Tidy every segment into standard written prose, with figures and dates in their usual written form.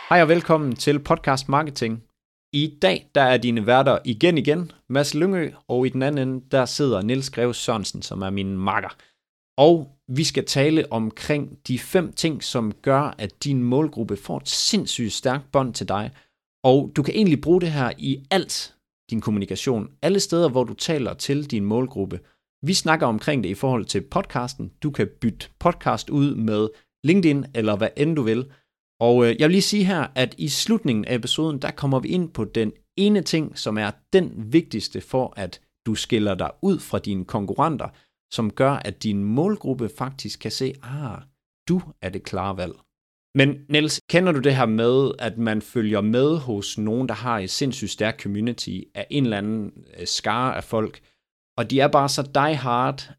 Hej og velkommen til Podcast Marketing. I dag der er dine værter igen, Mads Lyngø, og i den anden ende, der sidder Niels Greve Sørensen, som er min makker. Og vi skal tale omkring de 5 ting, som gør, at din målgruppe får et sindssygt stærkt bånd til dig. Og du kan egentlig bruge det her i alt din kommunikation. Alle steder, hvor du taler til din målgruppe. Vi snakker omkring det i forhold til podcasten. Du kan bytte podcast ud med LinkedIn eller hvad end du vil. Og jeg vil lige sige her, at i slutningen af episoden, der kommer vi ind på den ene ting, som er den vigtigste for, at du skiller dig ud fra dine konkurrenter, som gør, at din målgruppe faktisk kan se, du er det klare valg. Men Niels, kender du det her med, at man følger med hos nogen, der har et sindssygt stærkt community af en eller anden skare af folk, og de er bare så die hard,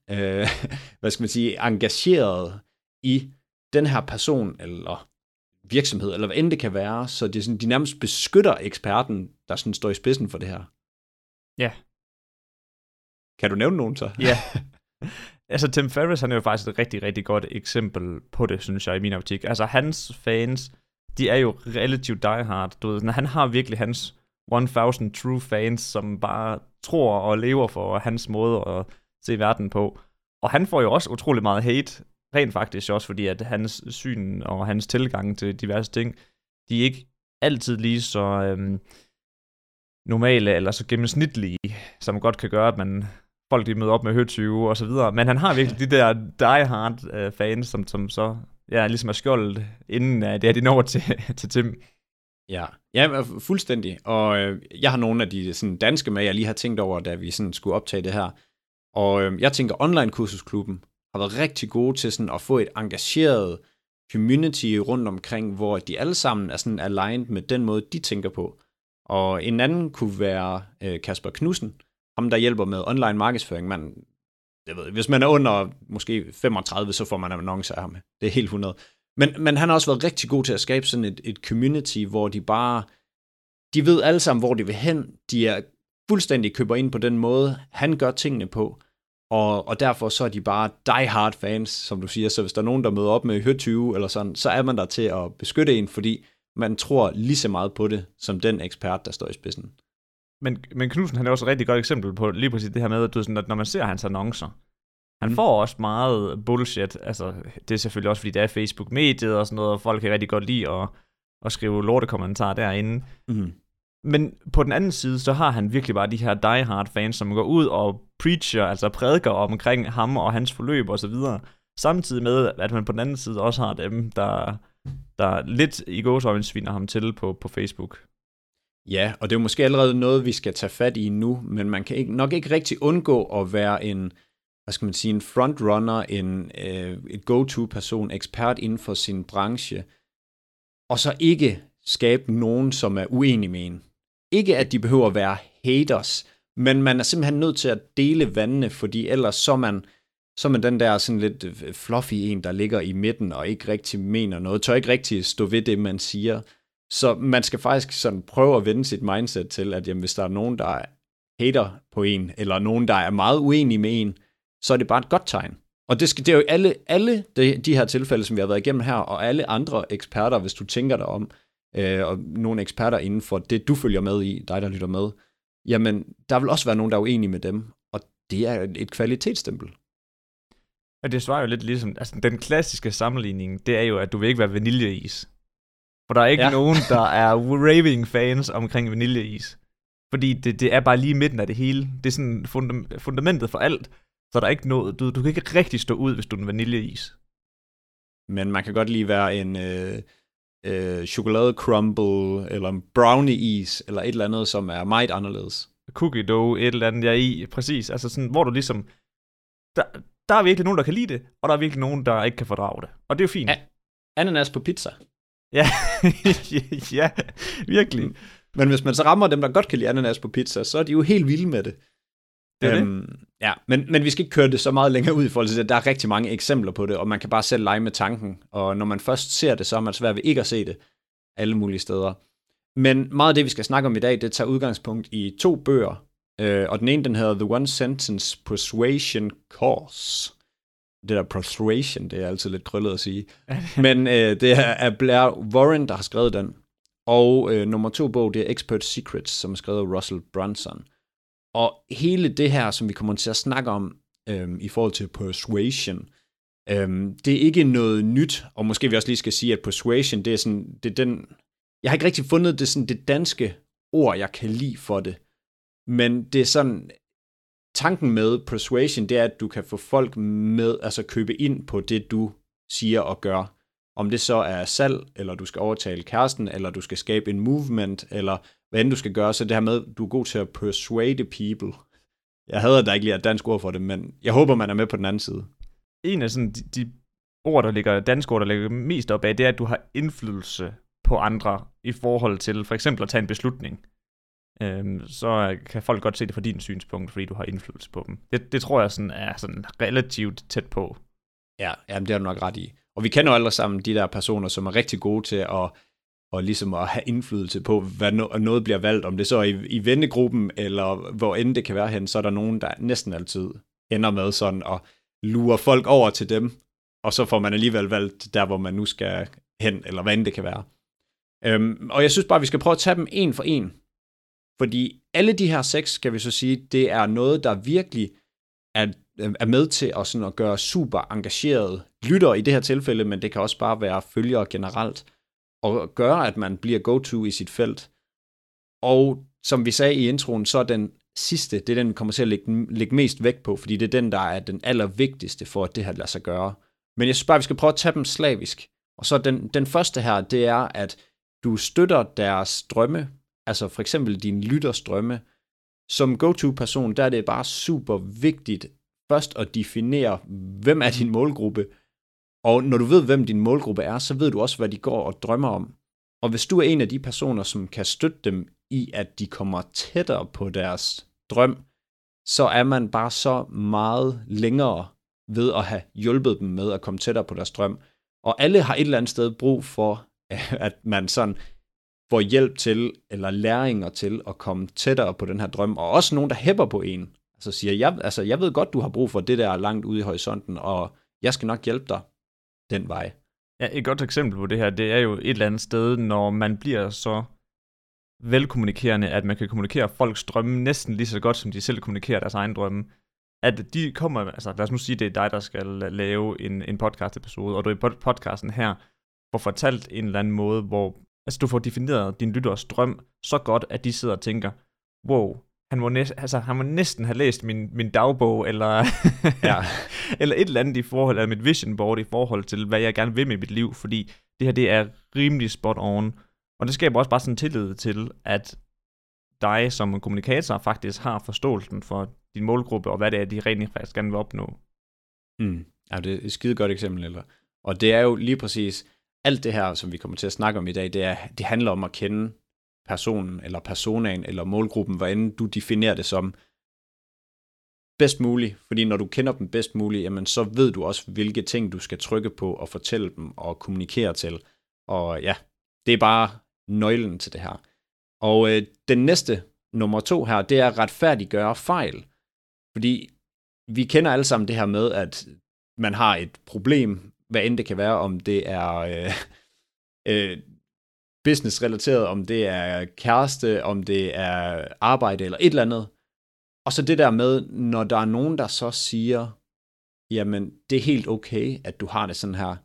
engageret i den her person, eller virksomhed, eller hvad end det kan være, så det er sådan, de nærmest beskytter eksperten, der sådan står i spidsen for det her. Ja. Kan du nævne nogen så? Ja. Altså Tim Ferriss, han er jo faktisk et rigtig, rigtig godt eksempel på det, synes jeg, i min optik. Altså hans fans, de er jo relativt diehard. Du ved, han har virkelig hans 1000 true fans, som bare tror og lever for hans måde at se verden på. Og han får jo også utrolig meget hate, rent faktisk også, fordi at hans syn og hans tilgang til diverse ting, de er ikke altid lige så normale eller så gennemsnitlige, som godt kan gøre, at folk de møder op med høtyve og så videre. Men han har virkelig de der die-hard fans, som så ligesom er skjoldet, inden de når til Tim. Ja, fuldstændig. Og jeg har nogle af de sådan, danske med, jeg lige har tænkt over, da vi sådan skulle optage det her. Og jeg tænker, online-kursusklubben har været rigtig gode til sådan at få et engageret community rundt omkring, hvor de alle sammen er sådan aligned med den måde, de tænker på. Og en anden kunne være Kasper Knudsen, ham der hjælper med online markedsføring. Hvis man er under måske 35, så får man annoncer af ham. Det er helt 100. Men han har også været rigtig god til at skabe sådan et community, hvor de ved alle sammen, hvor de vil hen. De er fuldstændig køber ind på den måde, han gør tingene på. Og derfor så er de bare die-hard fans, som du siger. Så hvis der er nogen, der møder op med høtyve eller sådan, så er man der til at beskytte en, fordi man tror lige så meget på det, som den ekspert, der står i spidsen. Men Knudsen, han er også et rigtig godt eksempel på lige præcis det her med, at når man ser hans annoncer, han får også meget bullshit. Altså, det er selvfølgelig også, fordi det er Facebook-mediet og sådan noget, og folk kan rigtig godt lide at skrive lortekommentarer derinde. Mm-hmm. Men på den anden side, så har han virkelig bare de her die-hard fans, som går ud og preacher, altså prædiker omkring ham og hans forløb og så videre. Samtidig med, at man på den anden side også har dem, der lidt i gåseøjne sviner ham til på Facebook. Ja, og det er måske allerede noget, vi skal tage fat i nu, men man kan nok ikke rigtig undgå at være en frontrunner, et go-to-person, ekspert inden for sin branche, og så ikke skabe nogen, som er uenige med en. Ikke at de behøver at være haters, men man er simpelthen nødt til at dele vandene, fordi ellers så er man den der sådan lidt fluffy en, der ligger i midten og ikke rigtig mener noget, tør ikke rigtig stå ved det, man siger. Så man skal faktisk sådan prøve at vende sit mindset til, at jamen, hvis der er nogen, der er hater på en, eller nogen, der er meget uenige med en, så er det bare et godt tegn. Og det er jo alle de her tilfælde, som vi har været igennem her, og alle andre eksperter, hvis du tænker dig om, og nogle eksperter inden for det, du følger med i, dig der lytter med, jamen, der vil også være nogen, der er uenige med dem, og det er et kvalitetsstempel. Og det svarer jo lidt ligesom, altså den klassiske sammenligning, det er jo, at du vil ikke være vaniljeis. For der er ikke nogen, der er raving fans omkring vaniljeis. Fordi det er bare lige midten af det hele. Det er sådan fundamentet for alt. Så der er ikke noget, du kan ikke rigtig stå ud, hvis du er en vaniljeis. Men man kan godt lige være en chokolade crumble, eller en brownie-is, eller et eller andet, som er meget anderledes. Cookie dough, et eller andet, jeg er i, præcis. Altså sådan, hvor du ligesom, der er virkelig nogen, der kan lide det, og der er virkelig nogen, der ikke kan fordrage det. Og det er jo fint. Ananas på pizza. Ja, ja, virkelig. Men hvis man så rammer dem, der godt kan lide ananas på pizza, så er de jo helt vilde med det. Ja, men vi skal ikke køre det så meget længere ud i forhold til det. Der er rigtig mange eksempler på det, og man kan bare selv lege med tanken. Og når man først ser det, så er man svært ved ikke at se det alle mulige steder. Men meget af det, vi skal snakke om i dag, det tager udgangspunkt i 2 bøger. Og den ene, den hedder The One Sentence Persuasion Course. Det der persuasion, det er altid lidt krøllet at sige. Men det er Blair Warren, der har skrevet den. Og nummer 2 bog, det er Expert Secrets, som er skrevet af Russell Brunson. Og hele det her, som vi kommer til at snakke om i forhold til persuasion, det er ikke noget nyt, og måske vi også lige skal sige, at persuasion, det er den... Jeg har ikke rigtig fundet det danske ord, jeg kan lide for det, men det er sådan... Tanken med persuasion, det er, at du kan få folk med, altså købe ind på det, du siger og gør. Om det så er salg, eller du skal overtale kæresten, eller du skal skabe en movement, eller hvad end du skal gøre, så det her med, at du er god til at persuade people. Jeg hader da ikke lige et dansk ord for det, men jeg håber, man er med på den anden side. En af sådan de ord, danske ord, der ligger mest op af, det er, at du har indflydelse på andre i forhold til for eksempel at tage en beslutning. Så kan folk godt se det fra din synspunkt, fordi du har indflydelse på dem. Det tror jeg sådan er sådan relativt tæt på. Ja, jamen det er du nok ret i. Og vi kender jo alle sammen de der personer, som er rigtig gode til at ligesom at have indflydelse på, hvad noget bliver valgt. Om det så er i vennegruppen, eller hvor end det kan være hen, så er der nogen, der næsten altid ender med sådan at lure folk over til dem, og så får man alligevel valgt der, hvor man nu skal hen, eller hvad end det kan være. Og jeg synes bare, vi skal prøve at tage dem en for en. Fordi alle de her 6, skal vi så sige, det er noget, der virkelig er med til at gøre super engagerede lyttere i det her tilfælde, men det kan også bare være følgere generelt, og gøre, at man bliver go-to i sit felt. Og som vi sagde i introen, så er den sidste, det er den, vi kommer til at lægge mest vægt på, fordi det er den, der er den allervigtigste for, at det her lader sig gøre. Men jeg synes bare, vi skal prøve at tage dem slavisk. Og så den første her, det er, at du støtter deres drømme, altså for eksempel din lytters drømme. Som go-to-person, der er det bare super vigtigt først at definere, hvem er din målgruppe. Og når du ved, hvem din målgruppe er, så ved du også, hvad de går og drømmer om. Og hvis du er en af de personer, som kan støtte dem i, at de kommer tættere på deres drøm, så er man bare så meget længere ved at have hjulpet dem med at komme tættere på deres drøm. Og alle har et eller andet sted brug for, at man sådan får hjælp til, eller læringer til at komme tættere på den her drøm. Og også nogen, der hæpper på en. Altså siger, jeg ved godt, du har brug for det der langt ude i horisonten, og jeg skal nok hjælpe dig den vej. Ja, et godt eksempel på det her, det er jo et eller andet sted, når man bliver så velkommunikerende, at man kan kommunikere folks drømme næsten lige så godt, som de selv kommunikerer deres egen drømme. At de kommer, altså lad os nu sige, det er dig, der skal lave en podcast-episode, og du i podcasten her får fortalt en eller anden måde, hvor altså, du får defineret din lytters drøm så godt, at de sidder og tænker, wow, han må næsten have læst min dagbog, eller, ja. Eller et eller andet i forhold til mit vision board, i forhold til, hvad jeg gerne vil med mit liv, fordi det her, det er rimelig spot on. Og det skaber også bare sådan tillid til, at dig som kommunikator faktisk har forståelsen for din målgruppe, og hvad det er, de rent faktisk gerne vil opnå. Ja, det er et skide godt eksempel, eller? Og det er jo lige præcis alt det her, som vi kommer til at snakke om i dag, det handler om at kende personen, eller personaen, eller målgruppen, hvordan du definerer det som bedst muligt. Fordi når du kender dem bedst muligt, jamen, så ved du også, hvilke ting du skal trykke på og fortælle dem og kommunikere til. Og ja, det er bare nøglen til det her. Og den næste, nummer 2 her, det er at retfærdiggøre fejl. Fordi vi kender alle sammen det her med, at man har et problem, hvad end det kan være, om det er business-relateret, om det er kæreste, om det er arbejde eller et eller andet. Og så det der med, når der er nogen, der så siger, jamen, det er helt okay, at du har det sådan her.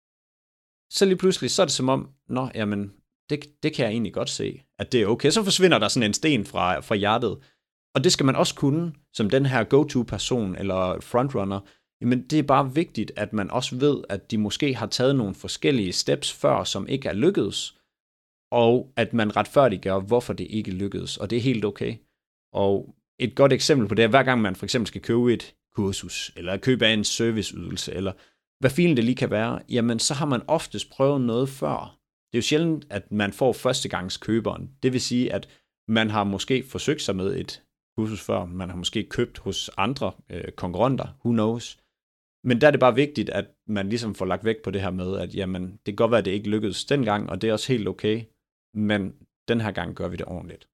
Så lige pludselig, så er det som om, nå, jamen, det kan jeg egentlig godt se, at det er okay. Så forsvinder der sådan en sten fra hjertet. Og det skal man også kunne, som den her go-to-person eller frontrunner. Jamen, det er bare vigtigt, at man også ved, at de måske har taget nogle forskellige steps før, som ikke er lykkedes, og at man retfærdiggør, hvorfor det ikke lykkedes, og det er helt okay. Og et godt eksempel på det er, hver gang man for eksempel skal købe et kursus, eller købe af en serviceydelse, eller hvad filen det lige kan være, jamen så har man oftest prøvet noget før. Det er jo sjældent, at man får førstegangskøberen. Det vil sige, at man har måske forsøgt sig med et kursus før, man har måske købt hos andre konkurrenter, who knows. Men der er det bare vigtigt, at man ligesom får lagt vægt på det her med, at jamen, det kan godt være, at det ikke lykkedes dengang, og det er også helt okay, men den her gang gør vi det ordentligt.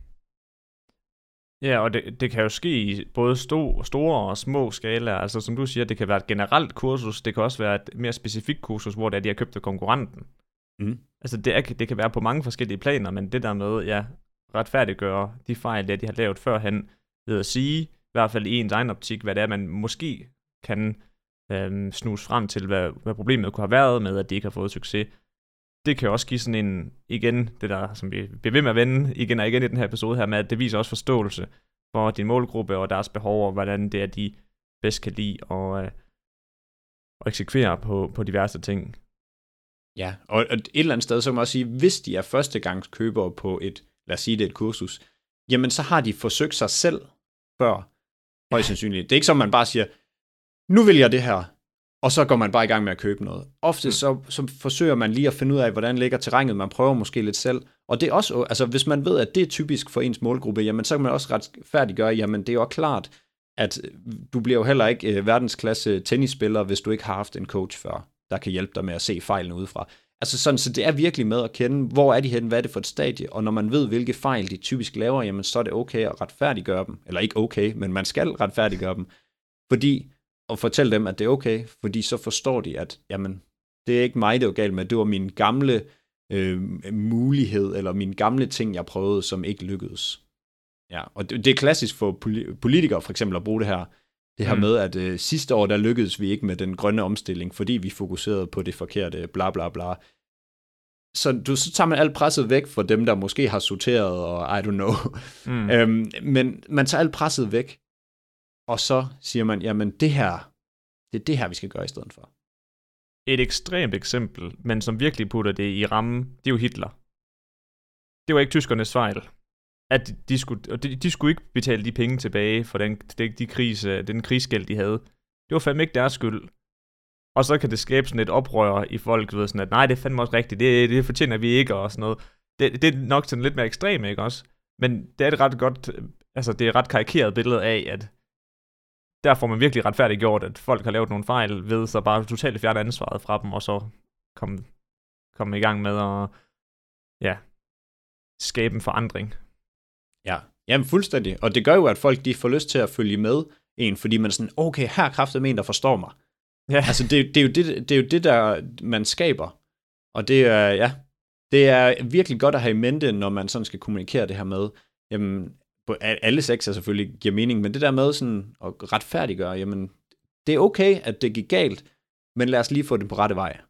Ja, og det kan jo ske i både store og små skalaer. Altså som du siger, det kan være et generelt kursus, det kan også være et mere specifikt kursus, hvor det er, de har købt af konkurrenten. Altså det kan være på mange forskellige planer, men det der med, ja, retfærdiggøre de fejl, de har lavet førhen, ved at sige, i hvert fald i ens egen optik, hvad det er, man måske kan snuse frem til, hvad problemet kunne have været med, at de ikke har fået succes. Det kan også give sådan en, igen, det der, som vi bliver ved med at vende igen og igen i den her episode her, med at det viser også forståelse for din målgruppe og deres behov, og hvordan det er, de bedst kan lide og eksekvere på diverse ting. Ja, og et eller andet sted, så kan man også sige, hvis de er førstegangskøbere på et, lad os sige det, et kursus, jamen så har de forsøgt sig selv før, højst sandsynligt. Det er ikke som, man bare siger, nu vil jeg det her, og så går man bare i gang med at købe noget. Ofte så forsøger man lige at finde ud af, hvordan ligger terrænet, man prøver måske lidt selv, og det er også, altså hvis man ved, at det er typisk for ens målgruppe, jamen så kan man også retfærdiggøre, jamen det er jo klart, at du bliver jo heller ikke verdensklasse tennisspiller, hvis du ikke har haft en coach før, der kan hjælpe dig med at se fejlene udefra. Altså sådan, så det er virkelig med at kende, hvor er de henne, hvad er det for et stadie, og når man ved, hvilke fejl de typisk laver, jamen så er det okay at retfærdiggøre dem, eller ikke okay, men man skal retfærdiggøre dem, fordi, og fortælle dem, at det er okay, fordi så forstår de, at jamen, det er ikke mig, det var galt med, det var min gamle mulighed, eller mine gamle ting, jeg prøvede, som ikke lykkedes. Ja, og det er klassisk for politikere for eksempel at bruge det her med, at sidste år, der lykkedes vi ikke med den grønne omstilling, fordi vi fokuserede på det forkerte, bla bla bla. Så tager man alt presset væk for dem, der måske har sorteret, og I don't know. Men man tager alt presset væk, og så siger man, jamen det er det her, vi skal gøre i stedet for. Et ekstremt eksempel, men som virkelig putter det i rammen, det er jo Hitler. Det var ikke tyskernes fejl, at de skulle ikke betale de penge tilbage for den krigsgæld, de havde. Det var fandme ikke deres skyld. Og så kan det skabe sådan et oprør i folk, ved sådan at nej, det er fandme også rigtigt, det fortjener vi ikke, og sådan noget. Det er nok sådan lidt mere ekstremt, ikke også? Men det er et ret godt, altså det er et ret karikeret billede af, at der får man virkelig retfærdiggjort, at folk har lavet nogle fejl, ved så bare totalt fjerne ansvaret fra dem, og så komme i gang med at skabe en forandring. Ja, jamen fuldstændig. Og det gør jo, at folk de får lyst til at følge med en, fordi man er sådan, okay, her er kraftet med en, der forstår mig. Ja. Altså det er jo det, der man skaber. Og det er virkelig godt at have i mente, når man sådan skal kommunikere det her med, jamen, alle sekser selvfølgelig giver mening, men det der med sådan at retfærdiggøre, jamen, det er okay, at det gik galt, men lad os lige få det på rette vej.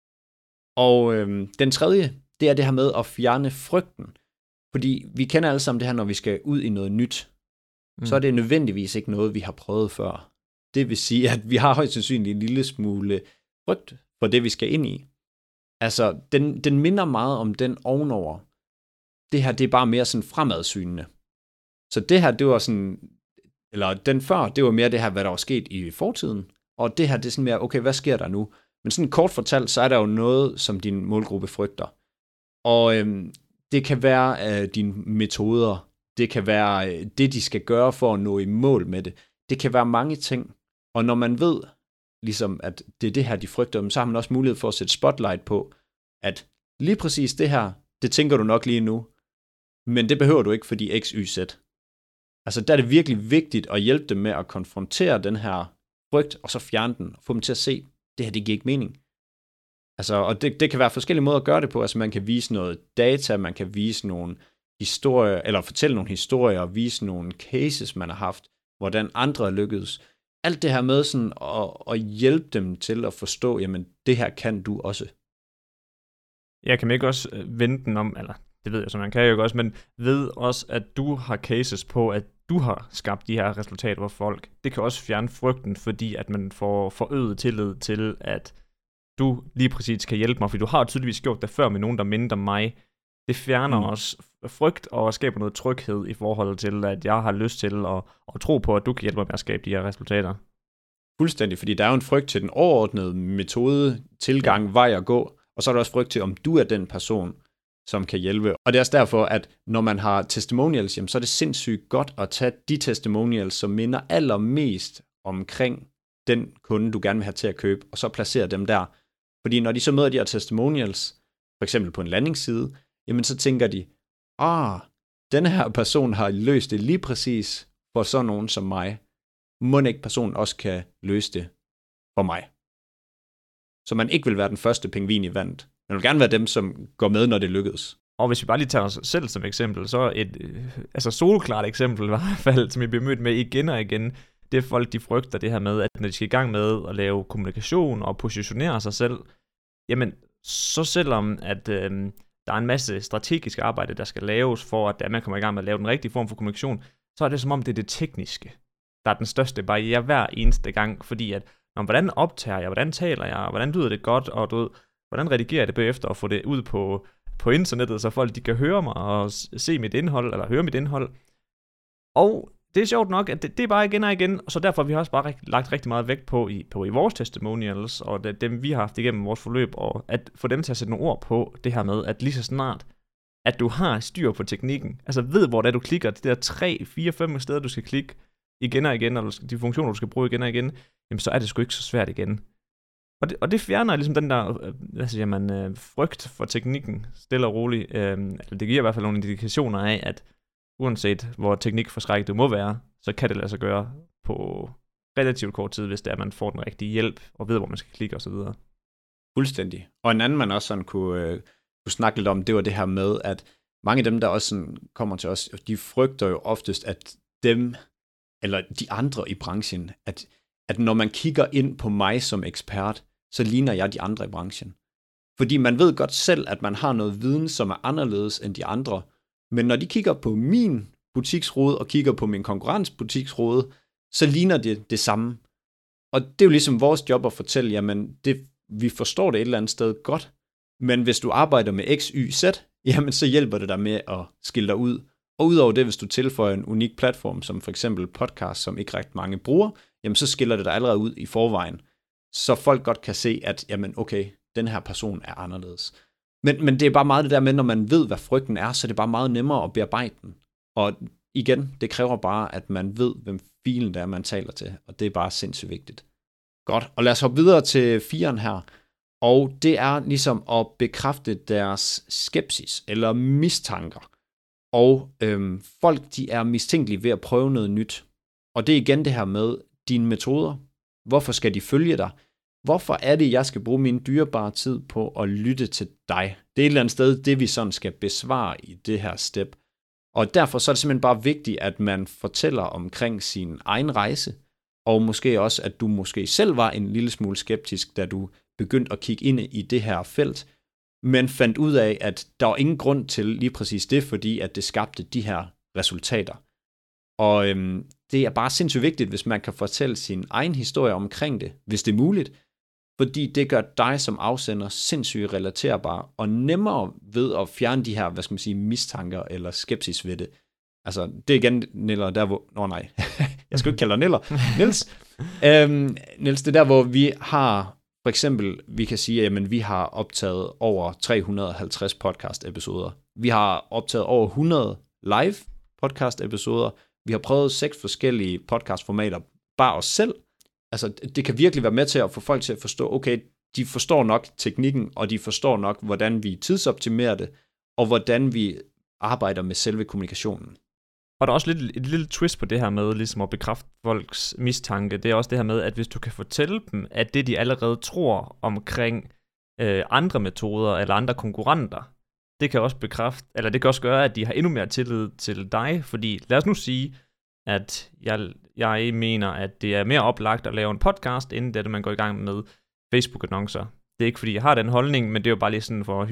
Og den tredje, det er det her med at fjerne frygten. Fordi vi kender alle sammen det her, når vi skal ud i noget nyt, så er det nødvendigvis ikke noget, vi har prøvet før. Det vil sige, at vi har højst sandsynligt en lille smule frygt for det, vi skal ind i. Altså, den minder meget om den ovenover. Det her, det er bare mere sådan fremadsynende. Så det her, det var sådan, eller den før, det var mere det her, hvad der var sket i fortiden. Og det her, det er sådan mere, okay, hvad sker der nu? Men sådan kort fortalt, så er der jo noget, som din målgruppe frygter. Og det kan være dine metoder, det kan være det, de skal gøre for at nå i mål med det. Det kan være mange ting. Og når man ved, ligesom, at det er det her, de frygter, så har man også mulighed for at sætte spotlight på, at lige præcis det her, det tænker du nok lige nu, men det behøver du ikke, fordi X, Y, Z. Altså, der er det virkelig vigtigt at hjælpe dem med at konfrontere den her frygt, og så fjerne den, og få dem til at se, det her, det giver ikke mening. Altså, og det kan være forskellige måder at gøre det på. Altså, man kan vise noget data, man kan vise nogle historier, eller fortælle nogle historier, og vise nogle cases, man har haft, hvordan andre er lykkedes. Alt det her med sådan at hjælpe dem til at forstå, jamen, det her kan du også. Jeg kan ikke også vende den om, eller det ved jeg, så man kan jo også, men ved også, at du har cases på, at du har skabt de her resultater for folk. Det kan også fjerne frygten, fordi at man får forøget tillid til, at du lige præcis kan hjælpe mig, for du har tydeligvis gjort det før med nogen, der minder mig. Det fjerner også frygt og skaber noget tryghed i forhold til, at jeg har lyst til at tro på, at du kan hjælpe mig med at skabe de her resultater. Fuldstændig, fordi der er jo en frygt til den overordnede metode, tilgang, vej at gå, og så er der også frygt til, om du er den person, som kan hjælpe. Og det er også derfor, at når man har testimonials, jamen, så er det sindssygt godt at tage de testimonials, som minder allermest omkring den kunde, du gerne vil have til at købe, og så placere dem der. Fordi når de så møder de her testimonials, for eksempel på en landingsside, jamen så tænker de, denne her person har løst det lige præcis for sådan nogen som mig. Må ikke personen også kan løse det for mig? Så man ikke vil være den første pingvin i vandet. Man vil gerne være dem, som går med, når det lykkedes. Og hvis vi bare lige tager os selv som eksempel, så et soloklart eksempel i hvert fald, som jeg bliver mødt med igen og igen, det er folk, de frygter det her med, at når de skal i gang med at lave kommunikation og positionere sig selv, jamen, så selvom at der er en masse strategisk arbejde, der skal laves for, at man kommer i gang med at lave den rigtige form for kommunikation, så er det som om, det er det tekniske, der er den største barriere hver eneste gang, fordi at, hvordan optager jeg, hvordan taler jeg, hvordan lyder det godt, og hvordan redigerer jeg det bagefter og få det ud på internettet, så folk de kan høre mig og se mit indhold, eller høre mit indhold. Og det er sjovt nok, at det er bare igen og igen, og så derfor har vi også bare lagt rigtig meget vægt på i vores testimonials, og dem vi har haft igennem vores forløb, og at få dem til at sætte nogle ord på det her med, at lige så snart, at du har styr på teknikken, altså ved, hvor det er, du klikker, de der 3, 4, 5 steder, du skal klikke igen og igen, eller de funktioner, du skal bruge igen og igen, jamen så er det sgu ikke så svært igen. Og det fjerner ligesom den der, frygt for teknikken, stille og roligt. Det giver i hvert fald nogle indikationer af, at uanset hvor teknikforskrækket du må være, så kan det lade sig gøre på relativt kort tid, hvis det er, at man får den rigtige hjælp, og ved, hvor man skal klikke osv. Fuldstændig. Og en anden, man også sådan kunne snakke lidt om, det var det her med, at mange af dem, der også sådan kommer til os, de frygter jo oftest, at dem, eller de andre i branchen, at når man kigger ind på mig som ekspert, så ligner jeg de andre i branchen. Fordi man ved godt selv, at man har noget viden, som er anderledes end de andre. Men når de kigger på min butiksrode og kigger på min konkurrents butiksrode, så ligner det samme. Og det er jo ligesom vores job at fortælle, jamen vi forstår det et eller andet sted godt, men hvis du arbejder med X, Y, Z, jamen så hjælper det dig med at skille dig ud. Og udover det, hvis du tilføjer en unik platform, som for eksempel podcast, som ikke rigtig mange bruger, jamen så skiller det dig allerede ud i forvejen. Så folk godt kan se, at jamen okay, den her person er anderledes. Men det er bare meget det der med, når man ved, hvad frygten er, så er det bare meget nemmere at bearbejde den. Og igen, det kræver bare, at man ved, hvem filen der er, man taler til. Og det er bare sindssygt vigtigt. Godt, og lad os hoppe videre til 4'eren her. Og det er ligesom at bekræfte deres skepsis eller mistanker. Og folk, de er mistænkelige ved at prøve noget nyt. Og det er igen det her med dine metoder. Hvorfor skal de følge dig? Hvorfor er det, jeg skal bruge min dyrebare tid på at lytte til dig? Det er et eller andet sted, det vi sådan skal besvare i det her step. Og derfor så er det simpelthen bare vigtigt, at man fortæller omkring sin egen rejse, og måske også, at du måske selv var en lille smule skeptisk, da du begyndte at kigge ind i det her felt, men fandt ud af, at der var ingen grund til lige præcis det, fordi at det skabte de her resultater. Og det er bare sindssygt vigtigt, hvis man kan fortælle sin egen historie omkring det, hvis det er muligt, fordi det gør dig som afsender sindssygt relaterbar og nemmere ved at fjerne de her, mistanker eller skepsis ved det. Altså, det er igen, Niller, der hvor... nej, jeg skal ikke kalde dig Niller. Niels, det er der, hvor vi har, for eksempel, vi kan sige, at vi har optaget over 350 podcast-episoder. Vi har optaget over 100 live podcast-episoder. Vi har prøvet 6 forskellige podcast-formater, bare os selv. Altså, det kan virkelig være med til at få folk til at forstå, okay, de forstår nok teknikken, og de forstår nok, hvordan vi tidsoptimerer det, og hvordan vi arbejder med selve kommunikationen. Og der er også et lille twist på det her med ligesom at bekræfte folks mistanke. Det er også det her med, at hvis du kan fortælle dem, at det de allerede tror omkring andre metoder eller andre konkurrenter, det kan også bekræfte, eller det kan også gøre, at de har endnu mere tillid til dig, fordi lad os nu sige, at jeg mener, at det er mere oplagt at lave en podcast, inden det, man går i gang med Facebook-annoncer. Det er ikke, fordi jeg har den holdning, men det er jo bare lige sådan for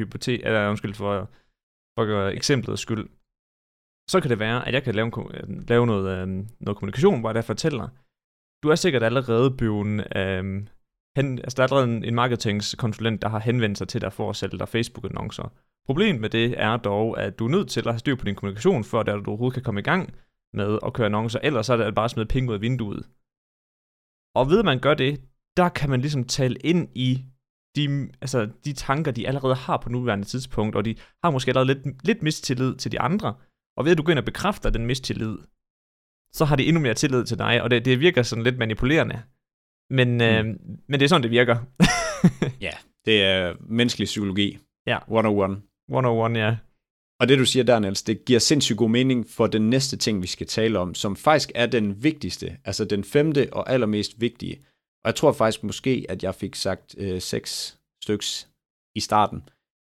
eksemplets skyld. Så kan det være, at jeg kan lave noget kommunikation, hvor jeg fortæller, du er sikkert allerede blevet, der er allerede en marketingskonsulent, der har henvendt sig til dig for at sælge dig Facebook-annoncer. Problemet med det er dog, at du er nødt til at have styr på din kommunikation, før du overhovedet kan komme i gang med at køre annoncer, ellers så er det bare at smide penge ud af vinduet. Og ved at man gør det, der kan man ligesom tale ind i de tanker, de allerede har på nuværende tidspunkt, og de har måske allerede lidt mistillid til de andre, og ved at du går ind og bekræfter den mistillid, så har de endnu mere tillid til dig, og det virker sådan lidt manipulerende. Men det er sådan, det virker. Ja, det er menneskelig psykologi. Ja. 101. 101, ja. Og det du siger der, Niels, det giver sindssygt god mening for den næste ting, vi skal tale om, som faktisk er den vigtigste, altså den 5. og allermest vigtige. Og jeg tror faktisk måske, at jeg fik sagt 6 styks i starten.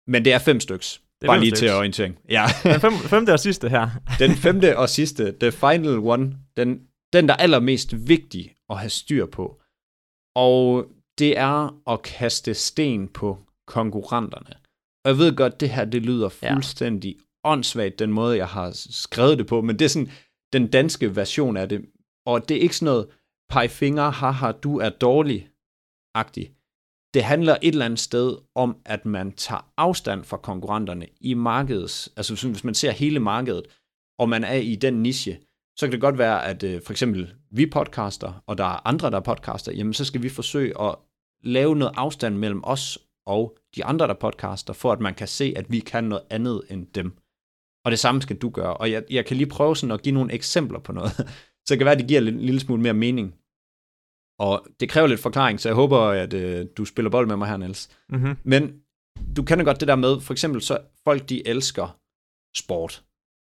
Men det er 5 styks. Bare lige til orientering. Ja. Den femte og sidste her. Den 5. og sidste, the final one, den der er allermest vigtig at have styr på. Og det er at kaste sten på konkurrenterne. Og jeg ved godt, det her, det lyder fuldstændig åndssvagt, den måde, jeg har skrevet det på, men det er sådan den danske version af det. Og det er ikke sådan noget, pege fingre, haha, du er dårlig-agtig. Det handler et eller andet sted om, at man tager afstand fra konkurrenterne i markedet. Altså hvis man ser hele markedet, og man er i den niche, så kan det godt være, at for eksempel vi podcaster, og der er andre, der podcaster, jamen så skal vi forsøge at lave noget afstand mellem os og de andre, der podcaster, for at man kan se, at vi kan noget andet end dem. Og det samme skal du gøre. Og jeg kan lige prøve sådan at give nogle eksempler på noget. Så det kan være, at det giver en lille smule mere mening. Og det kræver lidt forklaring, så jeg håber, at du spiller bold med mig her, Niels. Mm-hmm. Men du kender godt det der med, for eksempel så folk, de elsker sport.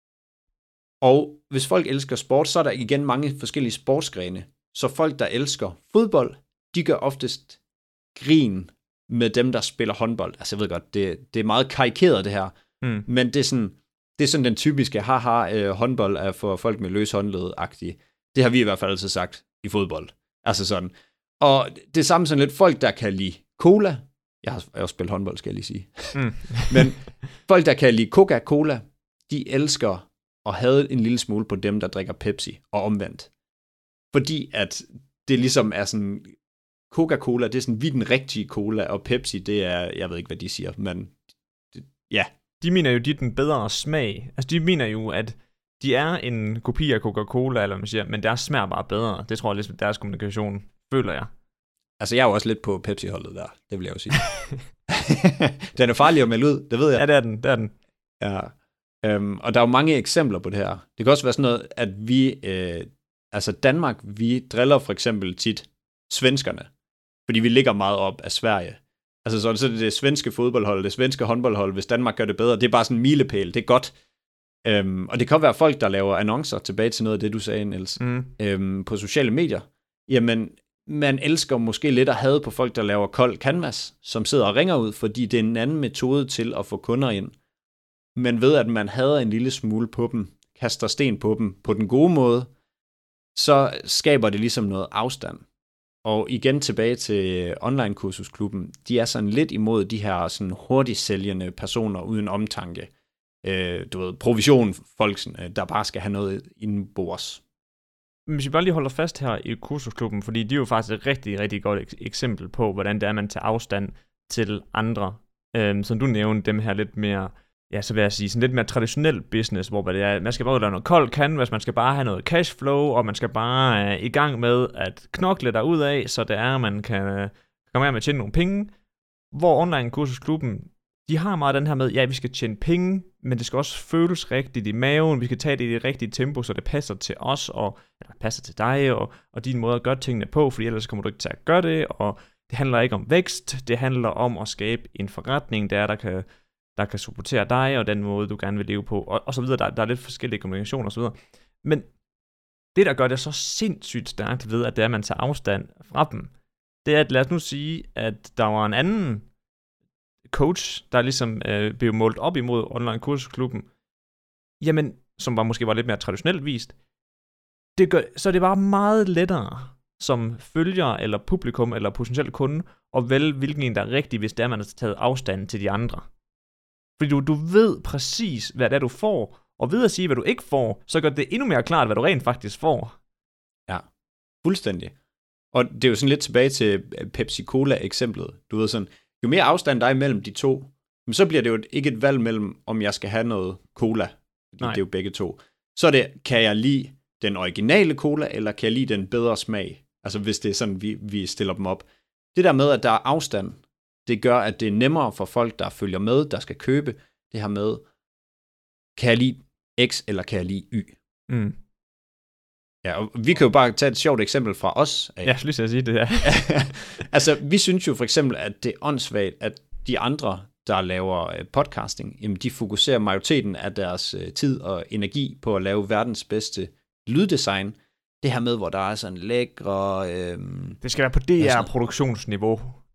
Og hvis folk elsker sport, så er der igen mange forskellige sportsgrene. Så folk, der elsker fodbold, de gør oftest grin med dem, der spiller håndbold. Altså jeg ved godt, det er meget karikeret det her. Men det er sådan den typiske, håndbold er for folk med løs håndled-agtige. Det har vi i hvert fald altid sagt i fodbold. Altså sådan. Og det er samme sådan lidt folk, der kan lide cola. Jeg har også spillet håndbold, skal jeg lige sige. Men folk, der kan lide Coca-Cola, de elsker at have en lille smule på dem, der drikker Pepsi, og omvendt. Fordi at det ligesom er sådan, Coca-Cola, det er sådan, vi den rigtige cola, og Pepsi, det er, jeg ved ikke, hvad de siger, men ja. De mener jo, de er den bedre smag. Altså, de mener jo, at de er en kopi af Coca-Cola, eller hvad man siger, men deres smager bare bedre. Det tror jeg ligesom, deres kommunikation, føler jeg. Altså, jeg er jo også lidt på Pepsi-holdet der, det vil jeg jo sige. Den er farlig at melde ud, det ved jeg. Ja, det er den. Ja. Og der er jo mange eksempler på det her. Det kan også være sådan noget, at vi, altså Danmark, vi driller for eksempel tit svenskerne, fordi vi ligger meget op af Sverige. Altså så er det svenske fodboldhold, det svenske håndboldhold, hvis Danmark gør det bedre, det er bare sådan en milepæl, det er godt. Og det kan være folk, der laver annoncer, tilbage til noget af det, du sagde, Niels, på sociale medier. Jamen, man elsker måske lidt at have på folk, der laver kold canvas, som sidder og ringer ud, fordi det er en anden metode til at få kunder ind. Men ved, at man hader en lille smule på dem, kaster sten på dem på den gode måde, så skaber det ligesom noget afstand. Og igen tilbage til online-kursusklubben, de er sådan lidt imod de her sådan hurtigt sælgende personer uden omtanke. Du ved, provision folk, der bare skal have noget indenbords. Hvis vi bare lige holder fast her i kursusklubben, fordi de er jo faktisk et rigtig, rigtig godt eksempel på, hvordan det er, man tager afstand til andre. Som du nævnte, dem her lidt mere, ja, så vil jeg sige, sådan lidt mere traditionel business, hvor det er, man skal bare lave noget kold canvas, man skal bare have noget cashflow, og man skal bare i gang med at knokle der ud af, så det er, man kan komme af med at tjene nogle penge. Hvor online-kursusklubben, de har meget den her med, ja, vi skal tjene penge, men det skal også føles rigtigt i maven, vi skal tage det i det rigtige tempo, så det passer til os, og eller passer til dig, og din måde at gøre tingene på, fordi ellers kommer du ikke til at gøre det, og det handler ikke om vækst, det handler om at skabe en forretning, der kan supportere dig, og den måde, du gerne vil leve på, og så videre. Der er lidt forskellige kommunikationer, og så videre. Men det, der gør det så sindssygt stærkt ved, at det er, at man tager afstand fra dem, det er, at lad os nu sige, at der var en anden coach, der ligesom blev målt op imod online-kursusklubben, jamen, som måske var lidt mere traditionelt vist, så det var meget lettere som følger, eller publikum, eller potentiel kunde, at vælge, hvilken en, der er rigtig, hvis det er, man har taget afstand til de andre. Fordi du ved præcis, hvad det er, du får, og ved at sige, hvad du ikke får, så gør det endnu mere klart, hvad du rent faktisk får. Ja, fuldstændig. Og det er jo sådan lidt tilbage til Pepsi-Cola-eksemplet. Du ved sådan, jo mere afstand der er imellem de to, så bliver det jo ikke et valg mellem, om jeg skal have noget cola, fordi det er jo begge to. Så er det, kan jeg lide den originale cola, eller kan jeg lide den bedre smag? Altså hvis det er sådan, vi stiller dem op. Det der med, at der er afstand, det gør, at det er nemmere for folk, der følger med, der skal købe det her med, kan jeg lide X, eller kan jeg lide Y? Mm. Ja, og vi kan jo bare tage et sjovt eksempel fra os. Ja, jeg skulle lige sige det her. Altså, vi synes jo for eksempel, at det er åndssvagt, at de andre, der laver podcasting, jamen de fokuserer majoriteten af deres tid og energi på at lave verdens bedste lyddesign. Det her med, hvor der er sådan lækre... det skal være på DR-produktionsniveau.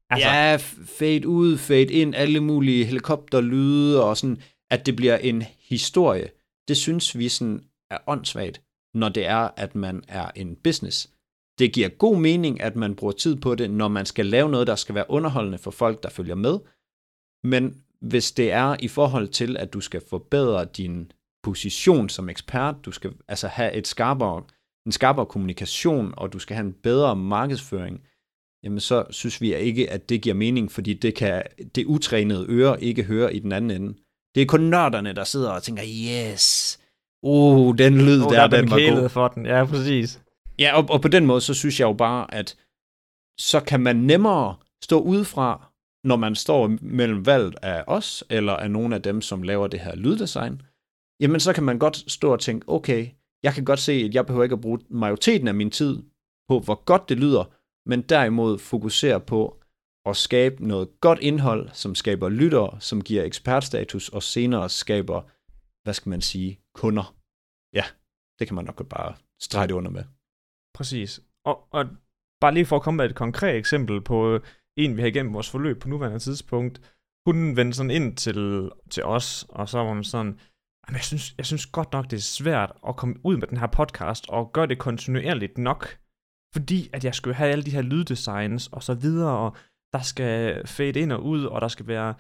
Altså, ja, fade ud, fade ind, alle mulige helikopterlyde, og sådan, at det bliver en historie. Det synes vi sådan er åndssvagt, når det er, at man er en business. Det giver god mening, at man bruger tid på det, når man skal lave noget, der skal være underholdende for folk, der følger med. Men hvis det er i forhold til, at du skal forbedre din position som ekspert, du skal altså have en skarpere kommunikation, og du skal have en bedre markedsføring, jamen så synes vi ikke, at det giver mening, fordi det kan det utrænede øre ikke høre i den anden ende. Det er kun nørderne, der sidder og tænker, yes, den lyd der, den var god. For den. Ja, præcis. Ja, og på den måde, så synes jeg jo bare, at så kan man nemmere stå udefra, når man står mellem valget af os, eller af nogle af dem, som laver det her lyddesign. Jamen, så kan man godt stå og tænke, okay, jeg kan godt se, at jeg behøver ikke at bruge majoriteten af min tid på, hvor godt det lyder, men derimod fokusere på at skabe noget godt indhold, som skaber lyttere, som giver ekspertstatus, og senere skaber, hvad skal man sige, kunder. Ja, det kan man nok bare strege det under med. Præcis. Og bare lige for at komme med et konkret eksempel på en, vi har igennem vores forløb på nuværende tidspunkt. Hun vendte sådan ind til os, og så var man sådan, jeg synes godt nok, det er svært at komme ud med den her podcast, og gøre det kontinuerligt nok, fordi at jeg skal have alle de her lyddesigns, og så videre, og der skal fade ind og ud, og der skal være,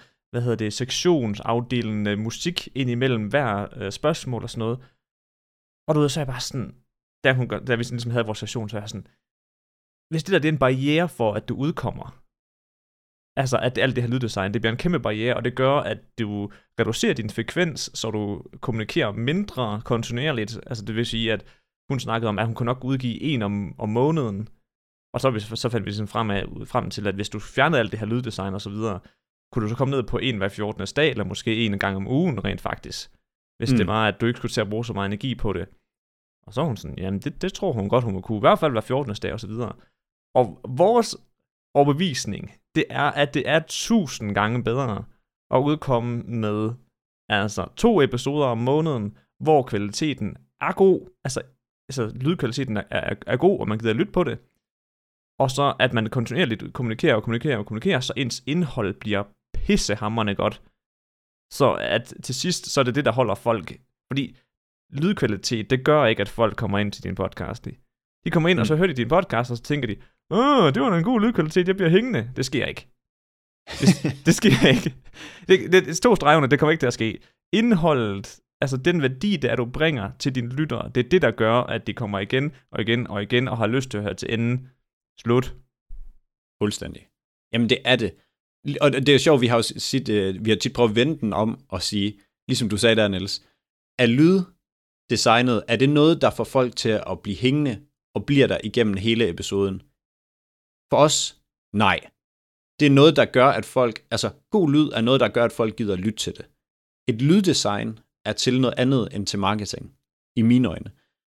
sektionsafdelende musik ind imellem hver spørgsmål og sådan noget. Og du ved, så er jeg bare sådan, da vi ligesom havde vores session, så er jeg sådan, hvis det er en barriere for, at du udkommer, altså at alt det her lyddesign, det bliver en kæmpe barriere, og det gør, at du reducerer din frekvens, så du kommunikerer mindre kontinuerligt. Altså det vil sige, at hun snakkede om, at hun kunne nok udgive en om måneden, og så fandt vi ligesom frem til, at hvis du fjernede alt det her lyddesign og så videre, kunne du så komme ned på en hver 14. dag, eller måske en gang om ugen rent faktisk, hvis det var, at du ikke skulle til at bruge så meget energi på det. Og så var hun sådan, jamen det tror hun godt, hun må kunne, i hvert fald hver 14. dag og så videre. Og vores overbevisning, det er, at det er 1000 gange bedre at udkomme med 2 episoder om måneden, hvor kvaliteten er god, altså lydkvaliteten er god, og man gider lytte på det, og så at man kontinuerligt kommunikerer, så ens indhold bliver pissehamrende godt. Så at til sidst, så er det der holder folk, fordi lydkvalitet, det gør ikke, at folk kommer ind til din podcast. De kommer ind, og så hører de din podcast, og så tænker de, det var en god lydkvalitet, jeg bliver hængende. Det sker ikke. Det sker ikke. Det stå stregerne, det kommer ikke til at ske. Indholdet, altså den værdi, der du bringer til dine lyttere, det er det, der gør, at de kommer igen og igen og igen, og har lyst til at høre til enden. Slut. Fuldstændig. Jamen det er det. Og det er jo sjovt, vi har tit prøvet at vende den om og sige, ligesom du sagde der, Niels, er lyddesignet, er det noget, der får folk til at blive hængende, og bliver der igennem hele episoden? For os, nej. Det er noget, der gør, at god lyd er noget, der gør, at folk gider at lytte til det. Et lyddesign er til noget andet end til marketing, i mine øjne.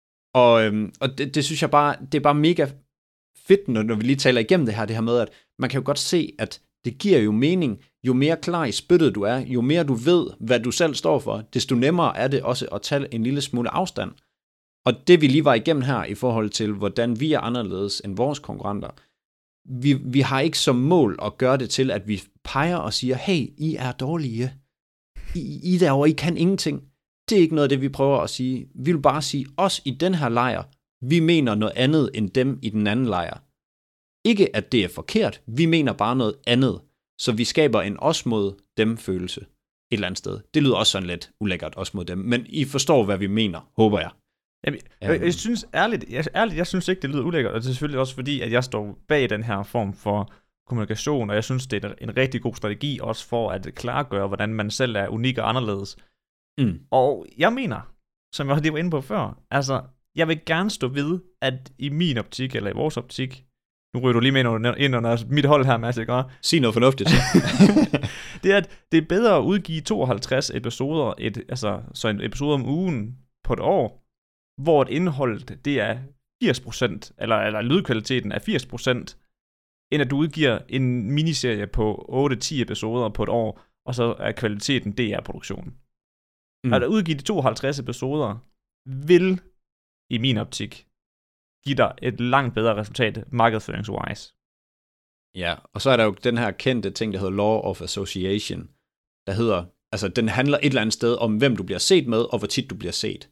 Og det synes jeg bare, det er bare mega fedt, når vi lige taler igennem det her med, at man kan jo godt se, at det giver jo mening, jo mere klar i spyttet du er, jo mere du ved, hvad du selv står for, desto nemmere er det også at tage en lille smule afstand. Og det vi lige var igennem her i forhold til, hvordan vi er anderledes end vores konkurrenter, vi har ikke som mål at gøre det til, at vi peger og siger, hey, I er dårlige. I derovre, I kan ingenting. Det er ikke noget af det, vi prøver at sige. Vi vil bare sige, os i den her lejr, vi mener noget andet end dem i den anden lejr. Ikke at det er forkert, vi mener bare noget andet. Så vi skaber en os mod dem følelse et eller andet sted. Det lyder også sådan lidt ulækkert, os mod dem. Men I forstår, hvad vi mener, håber jeg. Jamen, jeg synes ærligt, jeg synes ikke, det lyder ulækkert. Og det er selvfølgelig også fordi, at jeg står bag den her form for kommunikation, og jeg synes, det er en rigtig god strategi også for at klargøre, hvordan man selv er unik og anderledes. Og jeg mener, som jeg også lige var inde på før, jeg vil gerne stå ved, at i min optik, eller i vores optik, nu ryger du lige med ind under mit hold her, Mads, ikke? Sig noget fornuftigt. Det er, at det er bedre at udgive 52 episoder, så en episode om ugen på et år, hvor et indhold, det er 80%, eller lydkvaliteten er 80%, end at du udgiver en miniserie på 8-10 episoder på et år, og så er kvaliteten DR-produktionen. At udgive de 52 episoder, vil, i min optik, give dig et langt bedre resultat markedsføringswise. Ja, og så er der jo den her kendte ting, der hedder Law of Association, der hedder, altså den handler et eller andet sted om, hvem du bliver set med, og hvor tit du bliver set.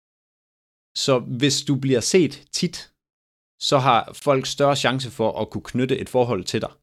Så hvis du bliver set tit, så har folk større chance for at kunne knytte et forhold til dig.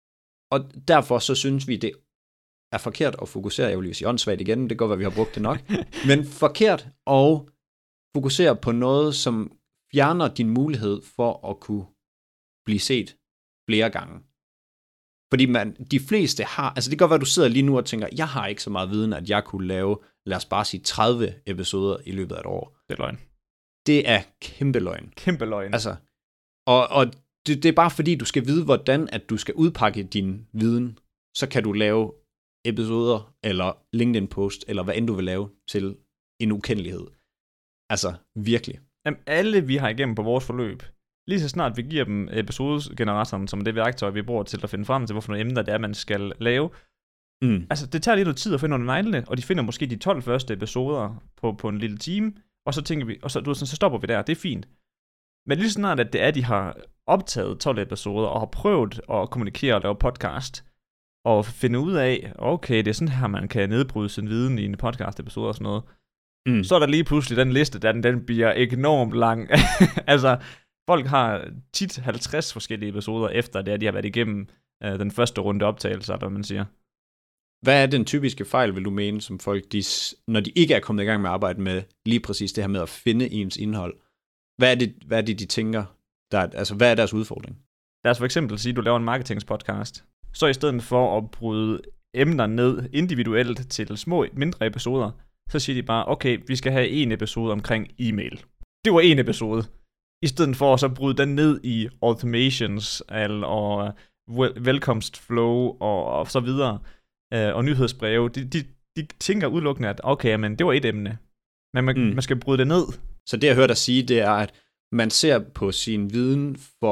Og derfor så synes vi, det er forkert at fokusere, jeg vil sige åndssvagt igen, det kan godt være, vi har brugt det nok, men forkert at fokusere på noget, som fjerner din mulighed for at kunne blive set flere gange. Fordi de fleste har, altså det kan godt være, at du sidder lige nu og tænker, jeg har ikke så meget viden, at jeg kunne lave, lad os bare sige 30 episoder i løbet af et år. Det er løgn. Det er kæmpe løgn. Kæmpe løgn. Altså, og det er bare fordi, du skal vide, hvordan at du skal udpakke din viden, så kan du lave episoder, eller LinkedIn-post, eller hvad end du vil lave til en ukendelighed. Altså, virkelig. Jamen, alle vi har igennem på vores forløb, lige så snart vi giver dem episodegeneratoren, som er det værktøj, vi bruger til at finde frem til, hvorfor nogle emner det er, man skal lave. Altså, det tager lige noget tid at finde under neglene, og de finder måske de 12 første episoder på en lille time, og så tænker vi, og så stopper vi der, det er fint. Men lige så snart, at det er, de har optaget 12 episoder, og har prøvet at kommunikere og lave podcast, og finde ud af, okay, det er sådan her, man kan nedbryde sin viden i en podcast-episode og sådan noget, så er der lige pludselig den liste, den bliver enormt lang. Altså, folk har tit 50 forskellige episoder efter det, at de har været igennem den første runde optagelser, hvad man siger. Hvad er den typiske fejl, vil du mene, som folk, når de ikke er kommet i gang med at arbejde med lige præcis det her med at finde ens indhold? Hvad er det de tænker? Altså, hvad er deres udfordring? Lad os for eksempel sige, at du laver en marketingspodcast. Så i stedet for at bryde emner ned individuelt til små, mindre episoder, så siger de bare, okay, vi skal have en episode omkring e-mail. Det var en episode. I stedet for at så bryde den ned i automations og velkomstflow og så videre, og nyhedsbreve. De tænker udelukkende, at okay, men det var et emne. Men man skal bryde det ned. Så det, jeg hørte dig sige, det er, at man ser på sin viden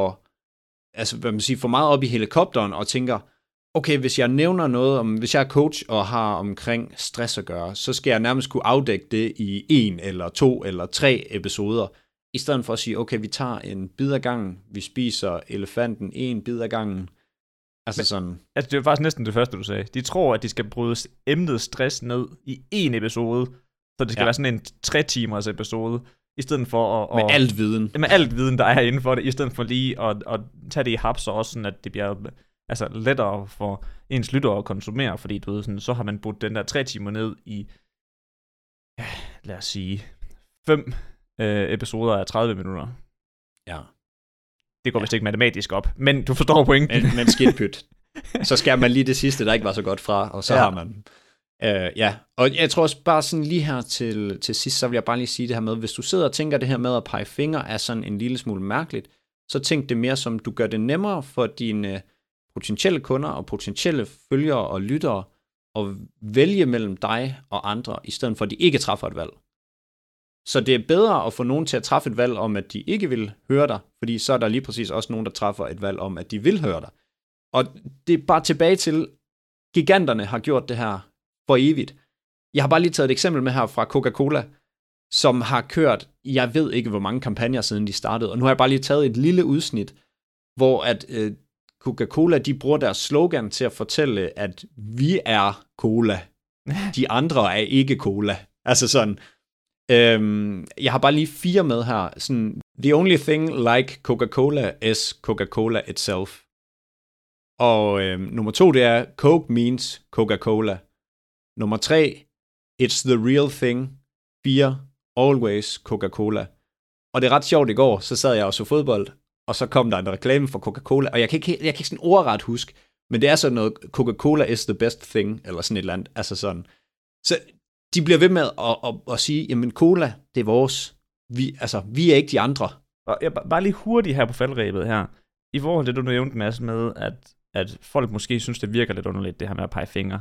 for meget op i helikopteren og tænker, okay, hvis jeg nævner noget hvis jeg er coach og har omkring stress at gøre, så skal jeg nærmest kunne afdække det i 1 eller 2 eller 3 episoder, i stedet for at sige, okay, vi tager en bid ad gangen, vi spiser elefanten 1 bid ad gangen. Altså sådan. Altså det er faktisk næsten det første, du sagde. De tror, at de skal bryde emnet stress ned i 1 episode, så det skal være sådan en 3 timers episode, i stedet for at... Med alt viden. Med alt viden, der er inden for det, i stedet for lige at tage det i hapser også, sådan at det bliver lettere for ens lyttere at konsumere, fordi du ved, sådan, så har man brudt den der 3 timer ned i, lad os sige, 5 episoder af 30 minutter. Ja. Det går vist ikke matematisk op, men du forstår pointen. Men skidt pyt. Så skærer man lige det sidste, der ikke var så godt fra, og så har man... og jeg tror også bare sådan lige her til sidst, så vil jeg bare lige sige det her med, hvis du sidder og tænker det her med at pege fingre er sådan en lille smule mærkeligt, så tænk det mere som, du gør det nemmere for dine potentielle kunder og potentielle følgere og lyttere at vælge mellem dig og andre, i stedet for at de ikke træffer et valg. Så det er bedre at få nogen til at træffe et valg om, at de ikke vil høre dig, fordi så er der lige præcis også nogen, der træffer et valg om, at de vil høre dig. Og det er bare tilbage til, giganterne har gjort det her for evigt. Jeg har bare lige taget et eksempel med her fra Coca-Cola, som har kørt, jeg ved ikke hvor mange kampagner siden de startede, og nu har jeg bare lige taget et lille udsnit, hvor at Coca-Cola, de bruger deres slogan til at fortælle, at vi er cola, de andre er ikke cola. Altså sådan, jeg har bare lige 4 med her, sådan, the only thing like Coca-Cola is Coca-Cola itself. Og nummer 2, det er, Coke means Coca-Cola. Nummer 3, it's the real thing. 4, always Coca-Cola. Og det er ret sjovt, i går, så sad jeg og så fodbold, og så kom der en reklame for Coca-Cola, og jeg kan ikke sådan ordret huske, men det er sådan noget, Coca-Cola is the best thing, eller sådan et eller andet, altså sådan. Så de bliver ved med at sige, jamen cola, det er vores. Vi er ikke de andre. Og jeg bare lige hurtigt her på faldrebet her, i forhold til det, du nævnte, Mads, med, at folk måske synes, det virker lidt underligt, det her med at pege fingre.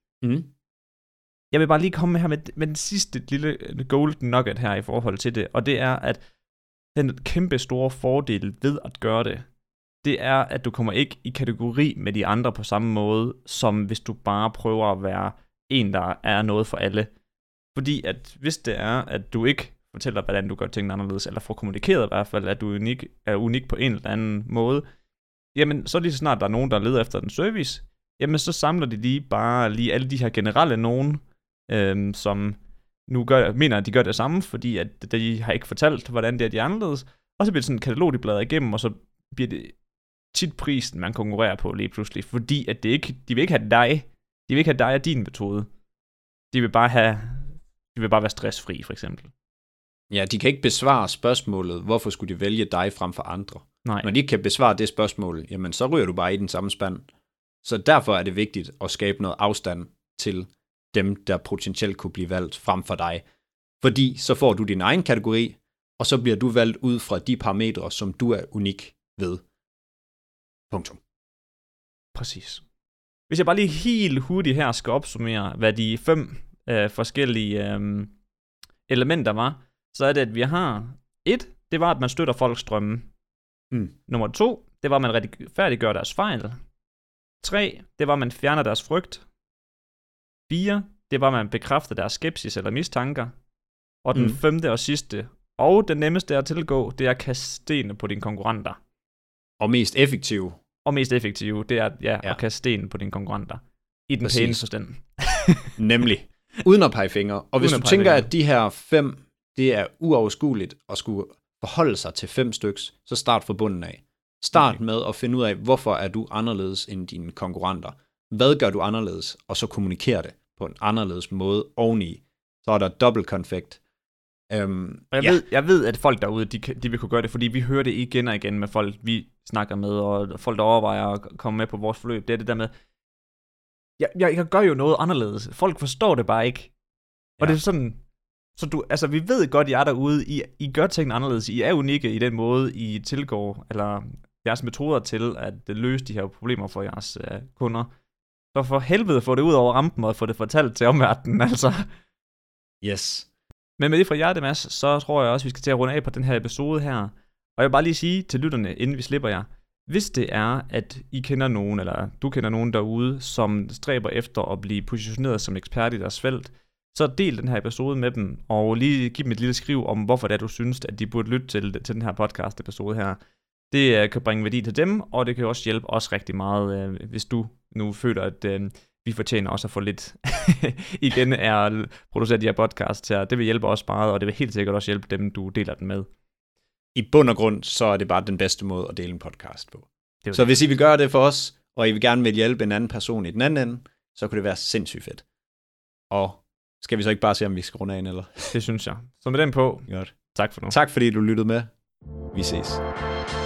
Jeg vil bare lige komme her med den sidste lille golden nugget her i forhold til det, og det er, at den kæmpe store fordel ved at gøre det er, at du kommer ikke i kategori med de andre på samme måde, som hvis du bare prøver at være en, der er noget for alle. Fordi at hvis det er, at du ikke fortæller, hvordan du gør tingene anderledes, eller får kommunikeret i hvert fald, at du er unik på en eller anden måde, jamen så lige så snart der er nogen, der leder efter en service, jamen så samler de lige alle de her generelle nogen, som nu mener, at de gør det samme, fordi at de har ikke fortalt, hvordan det er, de er anderledes. Og så bliver det sådan en katalog, de bladrer igennem, og så bliver det tit prisen, man konkurrerer på lige pludselig, fordi at de vil ikke have dig. De vil ikke have dig og din metode. De vil bare være stressfri, for eksempel. Ja, de kan ikke besvare spørgsmålet, hvorfor skulle de vælge dig frem for andre. Nej. Når de ikke kan besvare det spørgsmål, jamen så ryger du bare i den samme spand. Så derfor er det vigtigt at skabe noget afstand til dem, der potentielt kunne blive valgt frem for dig. Fordi så får du din egen kategori, og så bliver du valgt ud fra de parametre, som du er unik ved. Punktum. Præcis. Hvis jeg bare lige helt hurtigt her skal opsummere, hvad de 5 forskellige elementer var, så er det, at vi har 1, det var, at man støtter folks drømme. Nummer 2, det var, at man retfærdiggør deres fejl. 3, det var, at man fjerner deres frygt. 4, det var, at man bekræfter deres skepsis eller mistanker. Og den 5. og sidste, og den nemmeste at tilgå, det er at kaste sten på dine konkurrenter. Og mest effektive. Det er at kaste sten på dine konkurrenter. I den pæne forstand. Nemlig. Uden at pege fingre. Og hvis du tænker, at de her 5, det er uoverskueligt at skulle forholde sig til 5 styks, så start fra bunden af. Start med at finde ud af, hvorfor er du anderledes end dine konkurrenter. Hvad gør du anderledes? Og så kommunikere det på en anderledes måde oveni. Så er der dobbelt konfekt. Jeg ved, at folk derude, de vil kunne gøre det, fordi vi hører det igen og igen med folk, vi snakker med, og folk, der overvejer at komme med på vores forløb. Det er det der med, jeg gør jo noget anderledes. Folk forstår det bare ikke. Og det er sådan, så vi ved godt, at I er derude, I gør tingene anderledes. I er unikke i den måde, I tilgår, eller jeres metoder til at løse de her problemer for jeres kunder. Så for helvede, få det ud over rampen og få det fortalt til omverdenen, altså. Yes. Men med det fra hjertet, Mads, så tror jeg også, vi skal til at runde af på den her episode her. Og jeg vil bare lige sige til lytterne, inden vi slipper jer, hvis det er, at I kender nogen, eller du kender nogen derude, som stræber efter at blive positioneret som ekspert i deres felt, så del den her episode med dem, og lige giv dem et lille skriv om, hvorfor det er, du synes, at de burde lytte til den her podcast-episode her. Det kan bringe værdi til dem, og det kan også hjælpe os rigtig meget, hvis du nu føler, at vi fortjener også at få lidt igen at producere de her podcasts her. Det vil hjælpe os meget, og det vil helt sikkert også hjælpe dem, du deler den med. I bund og grund, så er det bare den bedste måde at dele en podcast på. Så hvis I vil gøre det for os, og I vil gerne vil hjælpe en anden person i den anden ende, så kunne det være sindssygt fedt. Og skal vi så ikke bare se, om vi skal runde af, eller? Det synes jeg. Så med den på, godt. Tak for nu. Tak fordi du lyttede med. Vi ses.